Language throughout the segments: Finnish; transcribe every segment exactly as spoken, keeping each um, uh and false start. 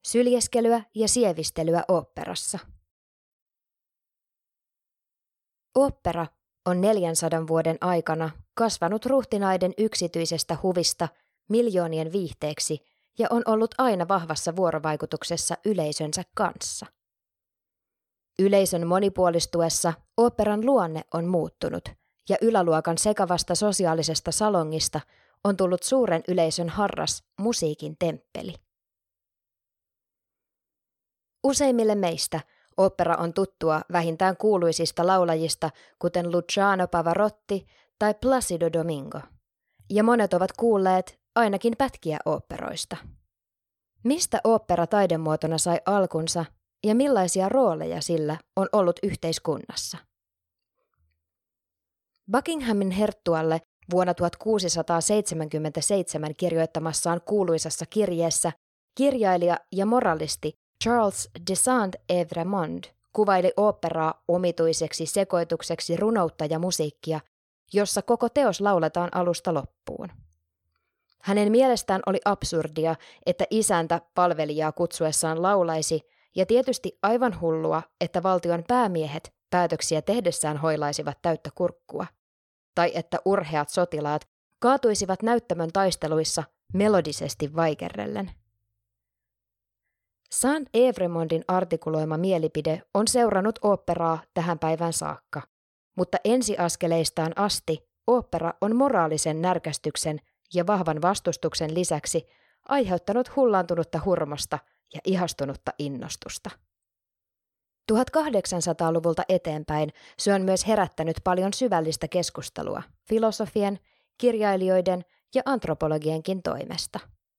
syljeskelyä ja sievistelyä oopperassa. Ooppera on neljänsadan vuoden aikana kasvanut ruhtinaiden yksityisestä huvista miljoonien viihteeksi ja on ollut aina vahvassa vuorovaikutuksessa yleisönsä kanssa. Yleisön monipuolistuessa oopperan luonne on muuttunut ja yläluokan sekavasta sosiaalisesta salongista on tullut suuren yleisön harras musiikin temppeli. Useimmille meistä ooppera on tuttua vähintään kuuluisista laulajista, kuten Luciano Pavarotti tai Placido Domingo, ja monet ovat kuulleet ainakin pätkiä oopperoista. Mistä ooppera taidemuotona sai alkunsa ja millaisia rooleja sillä on ollut yhteiskunnassa? Buckinghamin herttualle vuonna tuhatkuusisataaseitsemänkymmentäseitsemän kirjoittamassaan kuuluisassa kirjeessä kirjailija ja moralisti Charles de Saint-Evremond kuvaili oopperaa omituiseksi sekoitukseksi runoutta ja musiikkia, jossa koko teos lauletaan alusta loppuun. Hänen mielestään oli absurdia, että isäntä palvelijaa kutsuessaan laulaisi, ja tietysti aivan hullua, että valtion päämiehet päätöksiä tehdessään hoilaisivat täyttä kurkkua, tai että urheat sotilaat kaatuisivat näyttämön taisteluissa melodisesti vaikerrellen. Saint-Evremondin artikuloima mielipide on seurannut oopperaa tähän päivään saakka, mutta ensiaskeleistaan asti ooppera on moraalisen närkästyksen ja vahvan vastustuksen lisäksi aiheuttanut hullaantunutta hurmosta ja ihastunutta innostusta. tuhatkahdeksansataaluvulta eteenpäin se on myös herättänyt paljon syvällistä keskustelua filosofien, kirjailijoiden ja antropologienkin toimesta.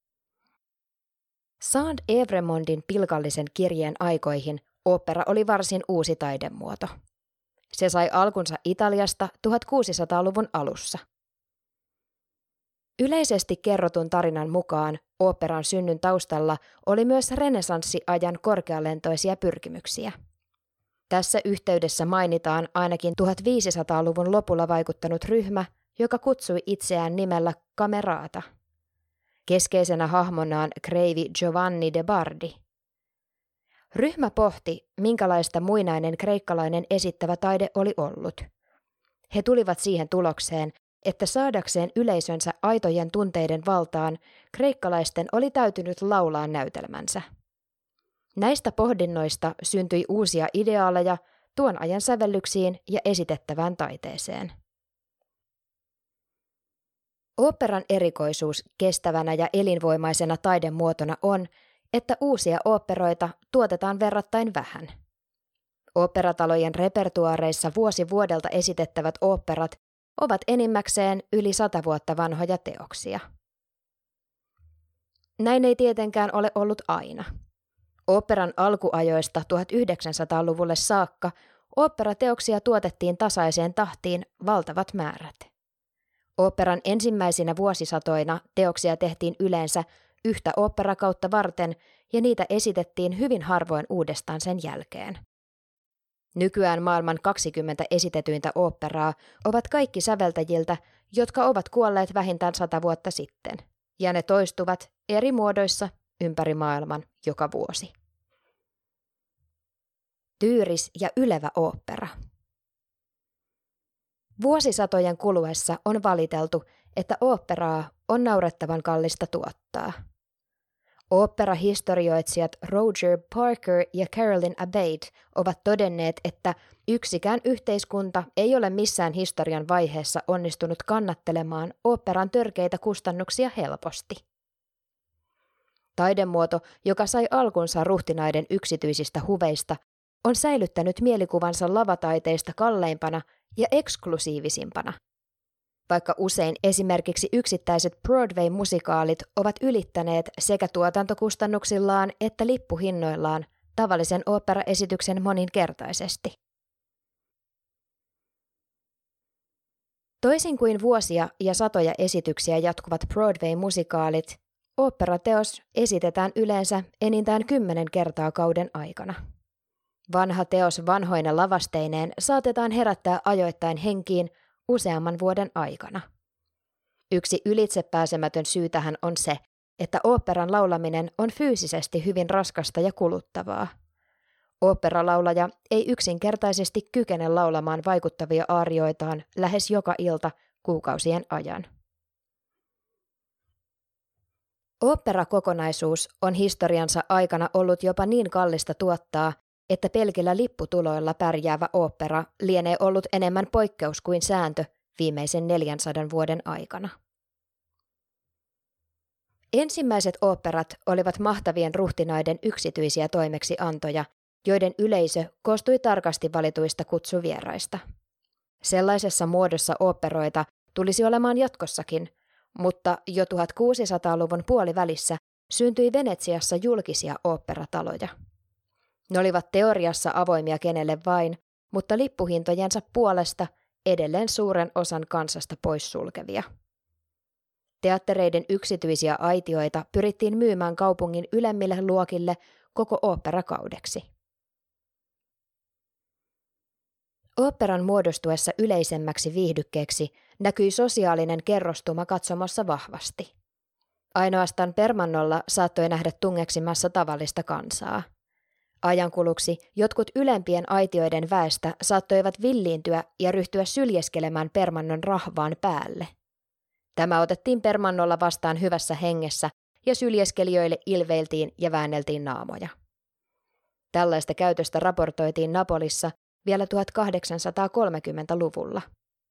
Saint-Evremondin pilkallisen kirjeen aikoihin ooppera oli varsin uusi taidemuoto. Se sai alkunsa Italiasta tuhatkuusisataaluvun alussa. Yleisesti kerrotun tarinan mukaan oopperan synnyn taustalla oli myös renessanssiajan korkealentoisia pyrkimyksiä. Tässä yhteydessä mainitaan ainakin tuhatviisisataaluvun lopulla vaikuttanut ryhmä, joka kutsui itseään nimellä Camerata. Keskeisenä hahmonaan kreivi Giovanni de Bardi. Ryhmä pohti, minkälaista muinainen kreikkalainen esittävä taide oli ollut. He tulivat siihen tulokseen, että saadakseen yleisönsä aitojen tunteiden valtaan, kreikkalaisten oli täytynyt laulaa näytelmänsä. Näistä pohdinnoista syntyi uusia ideaaleja tuon ajan sävellyksiin ja esitettävään taiteeseen. Oopperan erikoisuus kestävänä ja elinvoimaisena taidemuotona on, että uusia oopperoita tuotetaan verrattain vähän. Oopperatalojen repertuaareissa vuosi vuodelta esitettävät oopperat ovat enimmäkseen yli sata vuotta vanhoja teoksia. Näin ei tietenkään ole ollut aina. Oopperan alkuajoista tuhatyhdeksänsataaluvulle saakka oopperateoksia tuotettiin tasaiseen tahtiin valtavat määrät. Oopperan ensimmäisinä vuosisatoina teoksia tehtiin yleensä yhtä oopperakautta varten ja niitä esitettiin hyvin harvoin uudestaan sen jälkeen. Nykyään maailman kaksikymmentä esitetyintä oopperaa ovat kaikki säveltäjiltä, jotka ovat kuolleet vähintään sata vuotta sitten, ja ne toistuvat eri muodoissa ympäri maailman joka vuosi. Tyyris ja ylevä ooppera. Vuosisatojen kuluessa on valiteltu, että oopperaa on naurettavan kallista tuottaa. Oopperahistorioitsijat Roger Parker ja Carolyn Abbate ovat todenneet, että yksikään yhteiskunta ei ole missään historian vaiheessa onnistunut kannattelemaan oopperan törkeitä kustannuksia helposti. Taidemuoto, joka sai alkunsa ruhtinaiden yksityisistä huveista, on säilyttänyt mielikuvansa lavataiteista kalleimpana ja eksklusiivisimpana. Vaikka usein esimerkiksi yksittäiset Broadway-musikaalit ovat ylittäneet sekä tuotantokustannuksillaan että lippuhinnoillaan tavallisen oopperaesityksen moninkertaisesti. Toisin kuin vuosia ja satoja esityksiä jatkuvat Broadway-musikaalit, oopperateos esitetään yleensä enintään kymmenen kertaa kauden aikana. Vanha teos vanhoina lavasteineen saatetaan herättää ajoittain henkiin useamman vuoden aikana. Yksi ylitsepääsemätön syy tähän on se, että oopperan laulaminen on fyysisesti hyvin raskasta ja kuluttavaa. Oopperalaulaja ei yksinkertaisesti kykene laulamaan vaikuttavia aarioitaan lähes joka ilta kuukausien ajan. Oopperakokonaisuus on historiansa aikana ollut jopa niin kallista tuottaa, että pelkillä lipputuloilla pärjäävä ooppera lienee ollut enemmän poikkeus kuin sääntö viimeisen neljänsadan vuoden aikana. Ensimmäiset oopperat olivat mahtavien ruhtinaiden yksityisiä toimeksiantoja, joiden yleisö koostui tarkasti valituista kutsuvieraista. Sellaisessa muodossa oopperoita tulisi olemaan jatkossakin, mutta jo tuhatkuusisataaluvun puolivälissä syntyi Venetsiassa julkisia oopperataloja. Ne olivat teoriassa avoimia kenelle vain, mutta lippuhintojensa puolesta edelleen suuren osan kansasta poissulkevia. Teattereiden yksityisiä aitioita pyrittiin myymään kaupungin ylemmille luokille koko oopperakaudeksi. Oopperan muodostuessa yleisemmäksi viihdykkeeksi näkyi sosiaalinen kerrostuma katsomossa vahvasti. Ainoastaan permannolla saattoi nähdä tungeksimassa tavallista kansaa. Ajankuluksi jotkut ylempien aitioiden väestä saattoivat villiintyä ja ryhtyä syljeskelemään permannon rahvaan päälle. Tämä otettiin permannolla vastaan hyvässä hengessä ja syljeskelijöille ilveiltiin ja väänneltiin naamoja. Tällaista käytöstä raportoitiin Napolissa vielä tuhatkahdeksansataakolmekymmentäluvulla.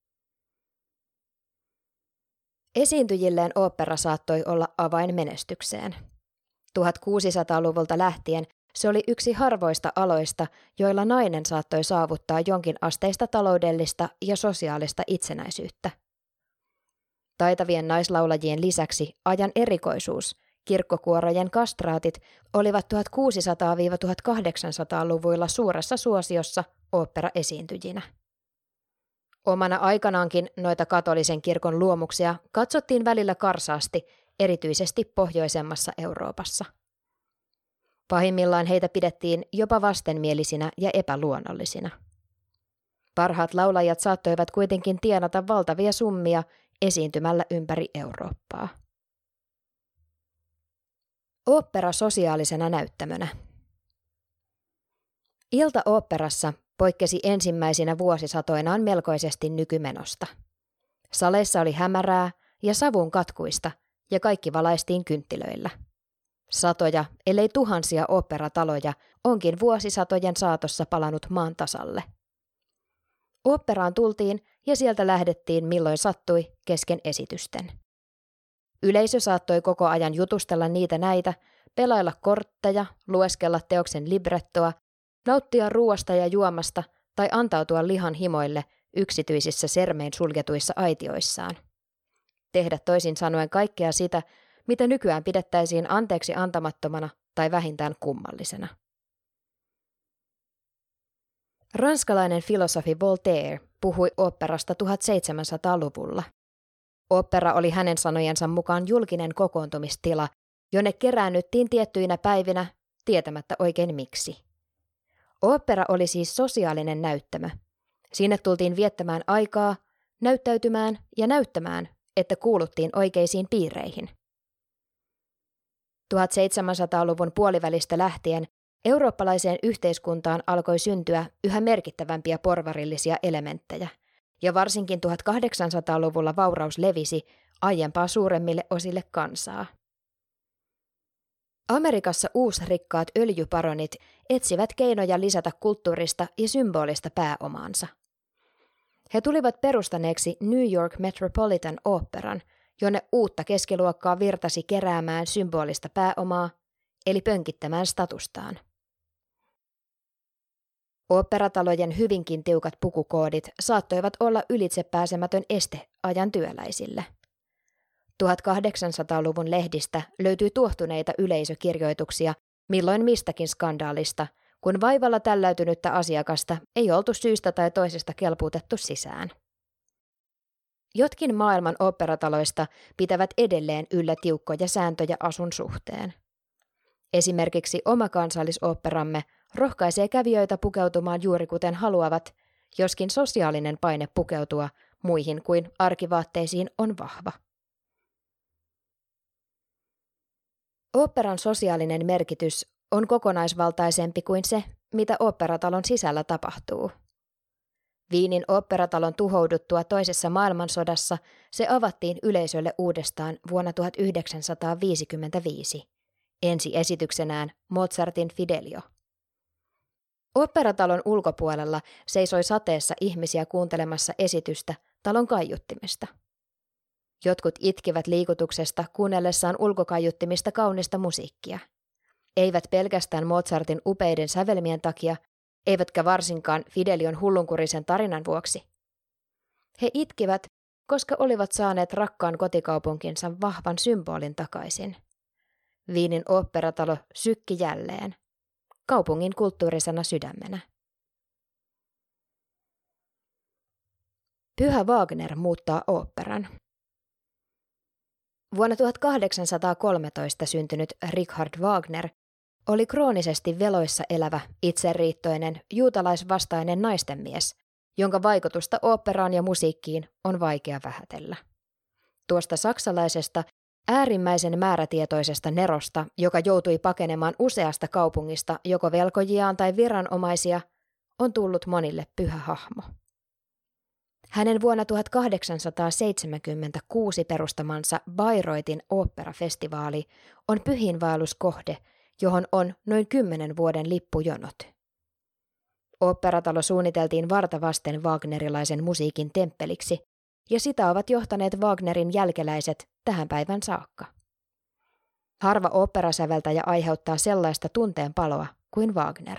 Esiintyjilleen ooppera saattoi olla avain menestykseen. tuhatkuusisataaluvulta lähtien se oli yksi harvoista aloista, joilla nainen saattoi saavuttaa jonkin asteista taloudellista ja sosiaalista itsenäisyyttä. Taitavien naislaulajien lisäksi ajan erikoisuus, kirkkokuorojen kastraatit, olivat tuhatkuusisataa–tuhatkahdeksansataaluvuilla suuressa suosiossa oopperaesiintyjinä. Omana aikanaankin noita katolisen kirkon luomuksia katsottiin välillä karsaasti, erityisesti pohjoisemmassa Euroopassa. Pahimmillaan heitä pidettiin jopa vastenmielisinä ja epäluonnollisina. Parhaat laulajat saattoivat kuitenkin tienata valtavia summia esiintymällä ympäri Eurooppaa. Ooppera sosiaalisena näyttämönä. Ilta oopperassa poikkesi ensimmäisinä vuosisatoinaan melkoisesti nykymenosta. Saleissa oli hämärää ja savun katkuista, ja kaikki valaistiin kynttilöillä. Satoja, ellei tuhansia oopperataloja onkin vuosisatojen saatossa palannut maan tasalle. Oopperaan tultiin ja sieltä lähdettiin milloin sattui kesken esitysten. Yleisö saattoi koko ajan jutustella niitä näitä, pelailla kortteja, lueskella teoksen librettoa, nauttia ruoasta ja juomasta tai antautua lihan himoille yksityisissä sermein suljetuissa aitioissaan. Tehdä toisin sanoen kaikkea sitä, mitä nykyään pidettäisiin anteeksi antamattomana tai vähintään kummallisena. Ranskalainen filosofi Voltaire puhui oopperasta tuhatseitsemänsataaluvulla. Ooppera oli hänen sanojensa mukaan julkinen kokoontumistila, jonne keräännyttiin tiettyinä päivinä, tietämättä oikein miksi. Ooppera oli siis sosiaalinen näyttämö. Sinne tultiin viettämään aikaa, näyttäytymään ja näyttämään, että kuuluttiin oikeisiin piireihin. tuhatseitsemänsataaluvun puolivälistä lähtien eurooppalaiseen yhteiskuntaan alkoi syntyä yhä merkittävämpiä porvarillisia elementtejä, ja varsinkin tuhatkahdeksansataaluvulla vauraus levisi aiempaa suuremmille osille kansaa. Amerikassa uusrikkaat öljyparonit etsivät keinoja lisätä kulttuurista ja symbolista pääomaansa. He tulivat perustaneeksi New York Metropolitan Operan, jonne uutta keskiluokkaa virtasi keräämään symbolista pääomaa, eli pönkittämään statustaan. Oopperatalojen hyvinkin tiukat pukukoodit saattoivat olla ylitsepääsemätön este ajan työläisille. tuhatkahdeksansataaluvun lehdistä löytyy tuohtuneita yleisökirjoituksia milloin mistäkin skandaalista, kun vaivalla tälläytynyttä asiakasta ei oltu syystä tai toisesta kelpuutettu sisään. Jotkin maailman oopperataloista pitävät edelleen yllä tiukkoja sääntöjä asun suhteen. Esimerkiksi oma kansallisoopperamme rohkaisee kävijöitä pukeutumaan juuri kuten haluavat, joskin sosiaalinen paine pukeutua muihin kuin arkivaatteisiin on vahva. Oopperan sosiaalinen merkitys on kokonaisvaltaisempi kuin se, mitä oopperatalon sisällä tapahtuu. Wienin oopperatalon tuhouduttua toisessa maailmansodassa se avattiin yleisölle uudestaan vuonna tuhatyhdeksänsataaviisikymmentäviisi, ensi esityksenään Mozartin Fidelio. Oopperatalon ulkopuolella seisoi sateessa ihmisiä kuuntelemassa esitystä talon kaiuttimesta. Jotkut itkivät liikutuksesta kuunnellessaan ulkokaiuttimista kaunista musiikkia. Eivät pelkästään Mozartin upeiden sävelmien takia, eivätkä varsinkaan Fidelion hullunkurisen tarinan vuoksi. He itkivät, koska olivat saaneet rakkaan kotikaupunkinsa vahvan symbolin takaisin. Wienin oopperatalo sykki jälleen, kaupungin kulttuurisena sydämenä. Pyhä Wagner muuttaa oopperan. Vuonna tuhatkahdeksansataakolmetoista syntynyt Richard Wagner oli kroonisesti veloissa elävä, itseriittoinen, juutalaisvastainen naistenmies, jonka vaikutusta oopperaan ja musiikkiin on vaikea vähätellä. Tuosta saksalaisesta, äärimmäisen määrätietoisesta nerosta, joka joutui pakenemaan useasta kaupungista joko velkojiaan tai viranomaisia, on tullut monille pyhä hahmo. Hänen vuonna tuhatkahdeksansataaseitsemänkymmentäkuusi perustamansa Bayreuthin oopperafestivaali on pyhiinvaelluskohde, johon on noin kymmenen vuoden lippujonot. Oopperatalo suunniteltiin varta vasten wagnerilaisen musiikin temppeliksi, ja sitä ovat johtaneet Wagnerin jälkeläiset tähän päivän saakka. Harva oopperasäveltäjä aiheuttaa sellaista tunteenpaloa kuin Wagner.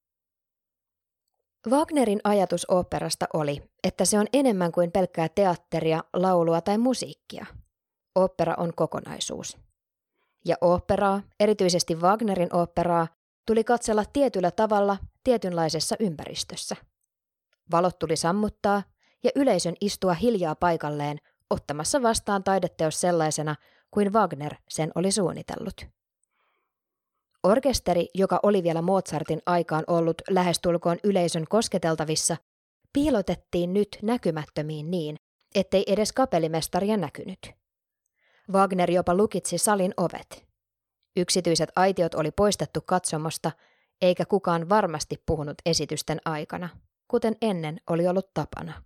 Wagnerin ajatus oopperasta oli, että se on enemmän kuin pelkkää teatteria, laulua tai musiikkia. Ooppera on kokonaisuus. Ja oopperaa, erityisesti Wagnerin oopperaa, tuli katsella tietyllä tavalla tietynlaisessa ympäristössä. Valot tuli sammuttaa ja yleisön istua hiljaa paikalleen ottamassa vastaan taideteos sellaisena kuin Wagner sen oli suunnitellut. Orkesteri, joka oli vielä Mozartin aikaan ollut lähestulkoon yleisön kosketeltavissa, piilotettiin nyt näkymättömiin niin, ettei edes kapellimestaria näkynyt. Wagner jopa lukitsi salin ovet. Yksityiset aitiot oli poistettu katsomosta, eikä kukaan varmasti puhunut esitysten aikana, kuten ennen oli ollut tapana.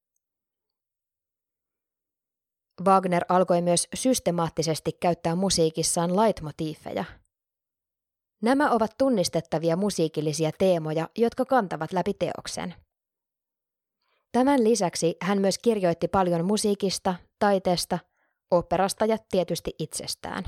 Wagner alkoi myös systemaattisesti käyttää musiikissaan leitmotiiveja. Nämä ovat tunnistettavia musiikillisia teemoja, jotka kantavat läpi teoksen. Tämän lisäksi hän myös kirjoitti paljon musiikista, taiteesta, oopperasta ja tietysti itsestään.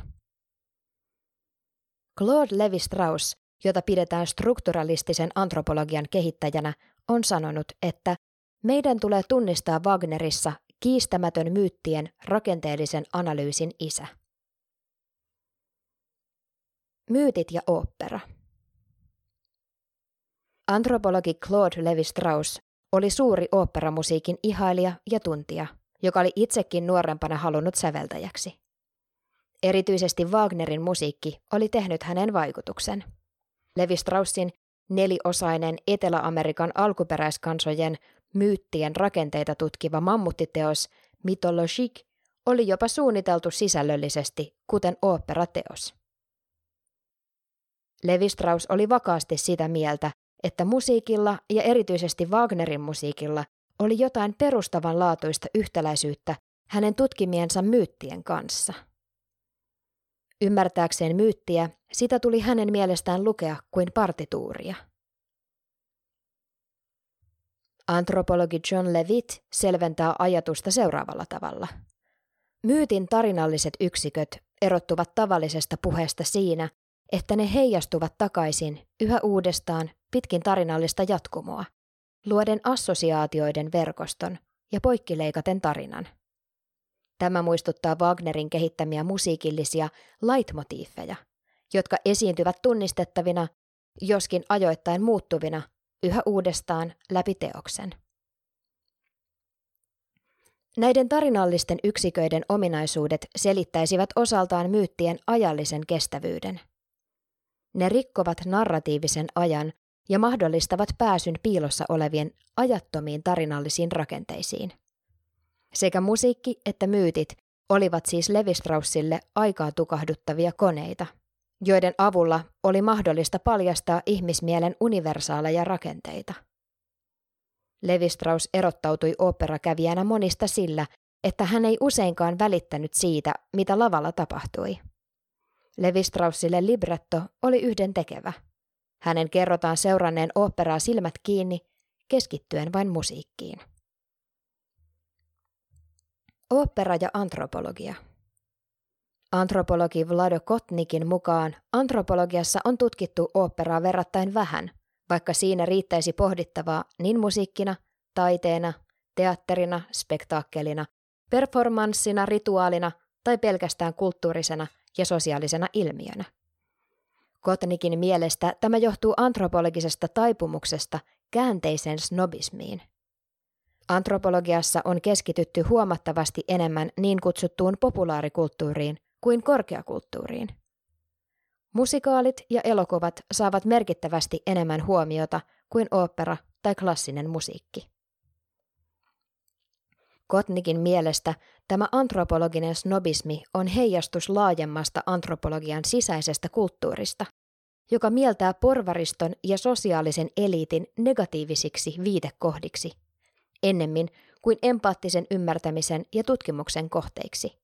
Claude Lévi-Strauss, jota pidetään strukturalistisen antropologian kehittäjänä, on sanonut, että meidän tulee tunnistaa Wagnerissa kiistämätön myyttien rakenteellisen analyysin isä. Myytit ja ooppera. Antropologi Claude Lévi-Strauss oli suuri oopperamusiikin ihailija ja tuntija, joka oli itsekin nuorempana halunnut säveltäjäksi. Erityisesti Wagnerin musiikki oli tehnyt hänen vaikutuksen. Lévi-Straussin neliosainen Etelä-Amerikan alkuperäiskansojen myyttien rakenteita tutkiva mammuttiteos Mythologique oli jopa suunniteltu sisällöllisesti, kuten oopperateos. Lévi-Strauss oli vakaasti sitä mieltä, että musiikilla ja erityisesti Wagnerin musiikilla oli jotain perustavanlaatuista yhtäläisyyttä hänen tutkimiensa myyttien kanssa. Ymmärtääkseen myyttiä, sitä tuli hänen mielestään lukea kuin partituuria. Antropologi John Levitt selventää ajatusta seuraavalla tavalla. Myytin tarinalliset yksiköt erottuvat tavallisesta puheesta siinä, että ne heijastuvat takaisin yhä uudestaan pitkin tarinallista jatkumoa, luoden assosiaatioiden verkoston ja poikkileikaten tarinan. Tämä muistuttaa Wagnerin kehittämiä musiikillisia leitmotiiveja, jotka esiintyvät tunnistettavina, joskin ajoittain muuttuvina, yhä uudestaan läpi teoksen. Näiden tarinallisten yksiköiden ominaisuudet selittäisivät osaltaan myyttien ajallisen kestävyyden. Ne rikkovat narratiivisen ajan ja mahdollistavat pääsyn piilossa olevien ajattomiin tarinallisiin rakenteisiin. Sekä musiikki että myytit olivat siis Lévi-Straussille aikaa tukahduttavia koneita, joiden avulla oli mahdollista paljastaa ihmismielen universaaleja rakenteita. Levi-Strauss erottautui oopperakävijänä monista sillä, että hän ei useinkaan välittänyt siitä, mitä lavalla tapahtui. Levi-Straussille libretto oli yhdentekevä. Hänen kerrotaan seuranneen oopperaa silmät kiinni, keskittyen vain musiikkiin. Ooppera ja antropologia. Antropologi Vlado Kotnikin mukaan antropologiassa on tutkittu oopperaa verrattain vähän, vaikka siinä riittäisi pohdittavaa niin musiikkina, taiteena, teatterina, spektaakkelina, performanssina, rituaalina tai pelkästään kulttuurisena ja sosiaalisena ilmiönä. Kotnikin mielestä tämä johtuu antropologisesta taipumuksesta käänteiseen snobismiin. Antropologiassa on keskitytty huomattavasti enemmän niin kutsuttuun populaarikulttuuriin kuin korkeakulttuuriin. Musikaalit ja elokuvat saavat merkittävästi enemmän huomiota kuin ooppera tai klassinen musiikki. Kotnikin mielestä tämä antropologinen snobismi on heijastus laajemmasta antropologian sisäisestä kulttuurista, joka mieltää porvariston ja sosiaalisen eliitin negatiivisiksi viitekohdiksi, ennemmin kuin empaattisen ymmärtämisen ja tutkimuksen kohteiksi.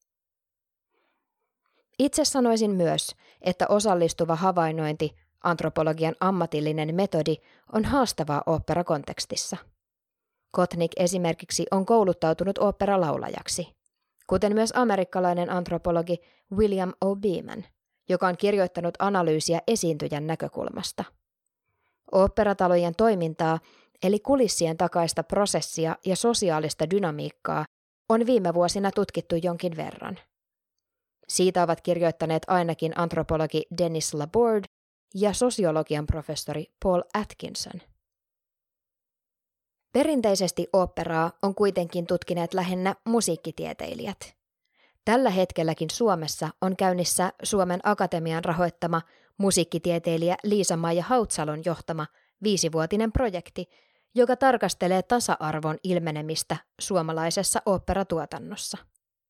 Itse sanoisin myös, että osallistuva havainnointi, antropologian ammatillinen metodi, on haastavaa oopperakontekstissa. Kotnik esimerkiksi on kouluttautunut oopperalaulajaksi, kuten myös amerikkalainen antropologi William O. Beeman, joka on kirjoittanut analyysiä esiintyjän näkökulmasta. Oopperatalojen toimintaa, eli kulissien takaista prosessia ja sosiaalista dynamiikkaa, on viime vuosina tutkittu jonkin verran. Siitä ovat kirjoittaneet ainakin antropologi Dennis Laborde ja sosiologian professori Paul Atkinson. Perinteisesti oopperaa on kuitenkin tutkineet lähinnä musiikkitieteilijät. Tällä hetkelläkin Suomessa on käynnissä Suomen Akatemian rahoittama musiikkitieteilijä Liisa-Maija Hautsalon johtama viisivuotinen projekti, joka tarkastelee tasa-arvon ilmenemistä suomalaisessa oopperatuotannossa.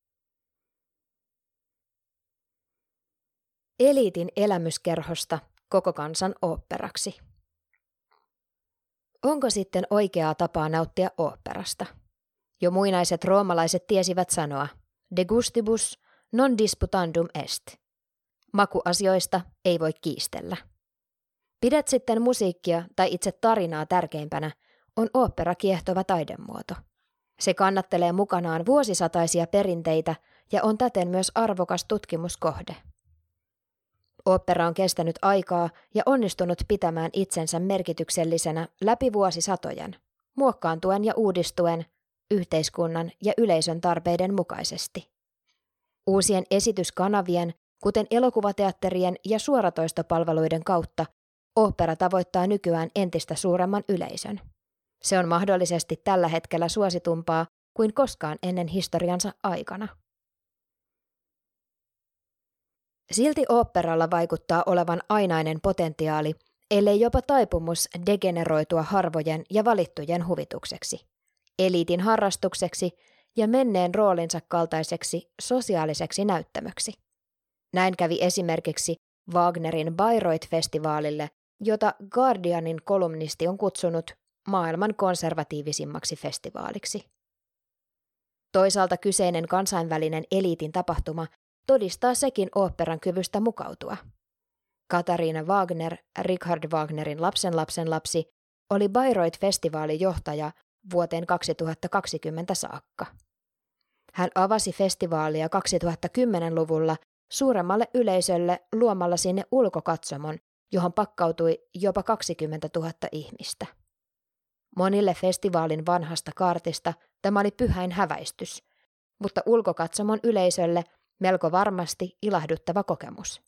Eliitin elämyskerhosta koko kansan oopperaksi. Onko sitten oikeaa tapaa nauttia oopperasta? Jo muinaiset roomalaiset tiesivät sanoa, de gustibus non disputandum est. Makuasioista ei voi kiistellä. Pidät sitten musiikkia tai itse tarinaa tärkeimpänä, on ooppera kiehtova taidemuoto. Se kannattelee mukanaan vuosisataisia perinteitä ja on täten myös arvokas tutkimuskohde. Ooppera on kestänyt aikaa ja onnistunut pitämään itsensä merkityksellisenä läpi vuosisatojen, muokkaantuen ja uudistuen yhteiskunnan ja yleisön tarpeiden mukaisesti. Uusien esityskanavien, kuten elokuvateatterien ja suoratoistopalveluiden kautta, ooppera tavoittaa nykyään entistä suuremman yleisön. Se on mahdollisesti tällä hetkellä suositumpaa kuin koskaan ennen historiansa aikana. Silti oopperalla vaikuttaa olevan ainainen potentiaali, ellei jopa taipumus degeneroitua harvojen ja valittujen huvitukseksi, eliitin harrastukseksi ja menneen roolinsa kaltaiseksi sosiaaliseksi näyttämöksi. Näin kävi esimerkiksi Wagnerin Bayreuth-festivaalille, jota Guardianin kolumnisti on kutsunut maailman konservatiivisimmaksi festivaaliksi. Toisaalta kyseinen kansainvälinen eliitin tapahtuma todistaa sekin oopperan kyvystä mukautua. Katariina Wagner, Richard Wagnerin lapsenlapsenlapsi, oli Bayreuth-festivaalin johtaja vuoteen kaksituhattakaksikymmentä saakka. Hän avasi festivaalia kaksituhattakymmenluvulla suuremmalle yleisölle luomalla sinne ulkokatsomon, johon pakkautui jopa kaksikymmentätuhatta ihmistä. Monille festivaalin vanhasta kaartista tämä oli pyhäin häväistys, mutta ulkokatsomon yleisölle melko varmasti ilahduttava kokemus.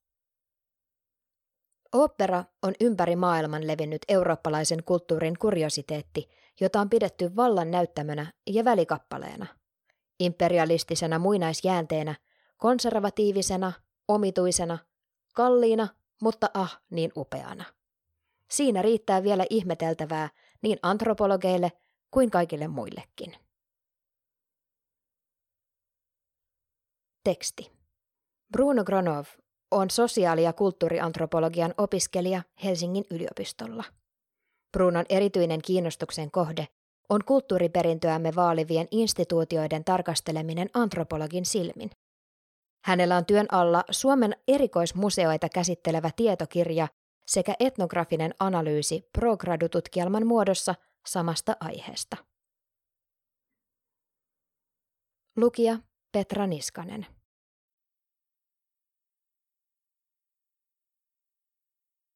Ooppera on ympäri maailman levinnyt eurooppalaisen kulttuurin kuriositeetti, jota on pidetty vallan näyttämönä ja välikappaleena, imperialistisena muinaisjäänteenä, konservatiivisena, omituisena, kalliina, mutta ah niin upeana. Siinä riittää vielä ihmeteltävää niin antropologeille kuin kaikille muillekin. Teksti. Bruno Gronov, on sosiaali- ja kulttuuriantropologian opiskelija Helsingin yliopistolla. Brunon erityinen kiinnostuksen kohde on kulttuuriperintöämme vaalivien instituutioiden tarkasteleminen antropologin silmin. Hänellä on työn alla Suomen erikoismuseoita käsittelevä tietokirja sekä etnografinen analyysi pro-gradu-tutkielman muodossa samasta aiheesta. Lukija Petra Niskanen.